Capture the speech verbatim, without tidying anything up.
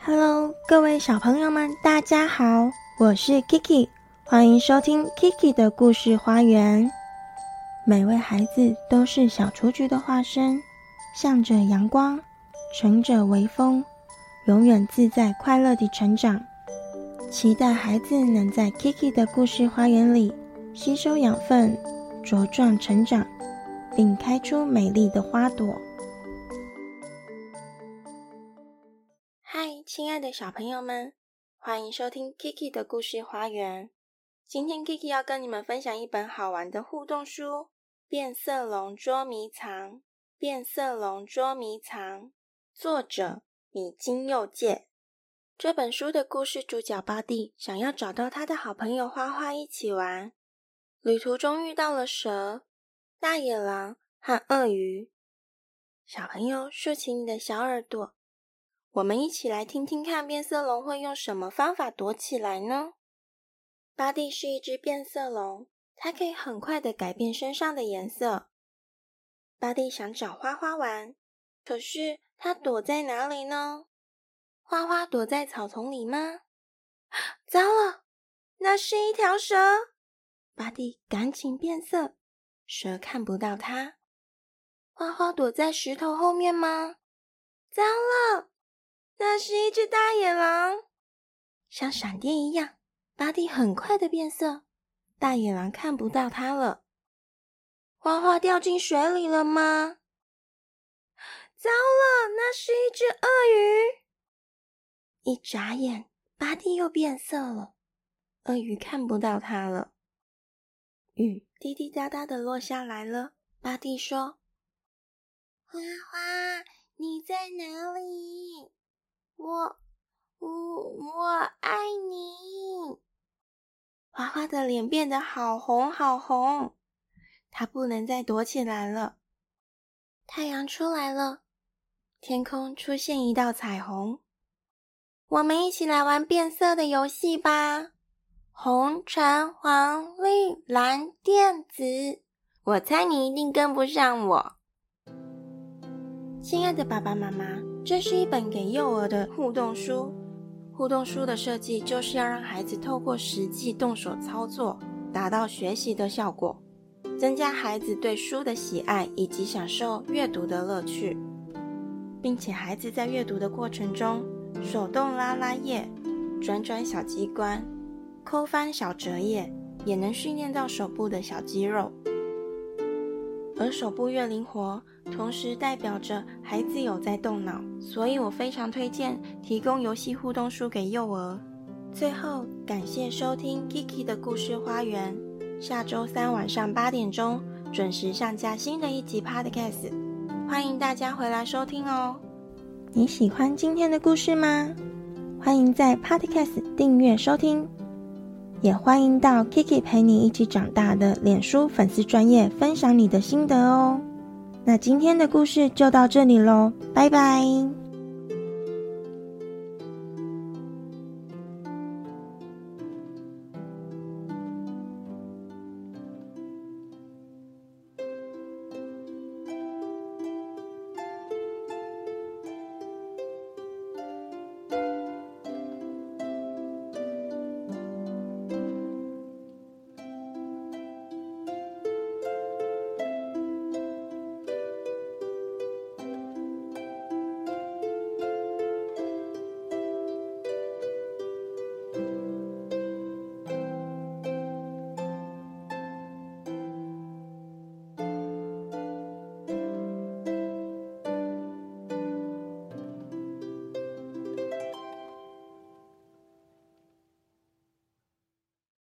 Hello， 各位小朋友们，大家好，我是 Kiki， 欢迎收听 Kiki 的故事花园。每位孩子都是小雏菊的化身，向着阳光，乘着微风，永远自在快乐地成长。期待孩子能在 Kiki 的故事花园里吸收养分，茁壮成长，并开出美丽的花朵。嗨，亲爱的小朋友们，欢迎收听 Kiki 的故事花园。今天 Kiki 要跟你们分享一本好玩的互动书《变色龙捉迷藏》。变色龙捉迷藏，作者米津佑介。这本书的故事主角巴蒂想要找到他的好朋友花花一起玩，旅途中遇到了蛇、大野狼和鳄鱼。小朋友竖起你的小耳朵，我们一起来听听看变色龙会用什么方法躲起来呢？巴蒂是一只变色龙，它可以很快地改变身上的颜色。巴蒂想找花花玩，可是它躲在哪里呢？花花躲在草丛里吗？糟了，那是一条蛇！巴蒂赶紧变色，蛇看不到它。花花躲在石头后面吗？糟了，那是一只大野狼！像闪电一样，巴蒂很快的变色，大野狼看不到它了。花花掉进水里了吗？糟了，那是一只鳄鱼！一眨眼，巴蒂又变色了，鳄鱼看不到它了。雨滴滴答答的落下来了，巴蒂说：花花，你在哪里？我我我爱你。花花的脸变得好红好红，她不能再躲起来了。太阳出来了，天空出现一道彩虹。我们一起来玩变色的游戏吧。红橙黄绿蓝靛紫，我猜你一定跟不上我。亲爱的爸爸妈妈，这是一本给幼儿的互动书。互动书的设计就是要让孩子透过实际动手操作，达到学习的效果，增加孩子对书的喜爱以及享受阅读的乐趣，并且孩子在阅读的过程中手动拉拉页，转转小机关，抠翻小折页，也能训练到手部的小肌肉。而手部越灵活，同时代表着孩子有在动脑，所以我非常推荐提供游戏互动书给幼儿。最后，感谢收听 Kiki 的故事花园，下周三晚上八点钟准时上架新的一集 Podcast， 欢迎大家回来收听哦。你喜欢今天的故事吗？欢迎在 Podcast 订阅收听，也欢迎到 Kiki 陪你一起长大的脸书粉丝专页分享你的心得哦。那今天的故事就到这里咯，拜拜。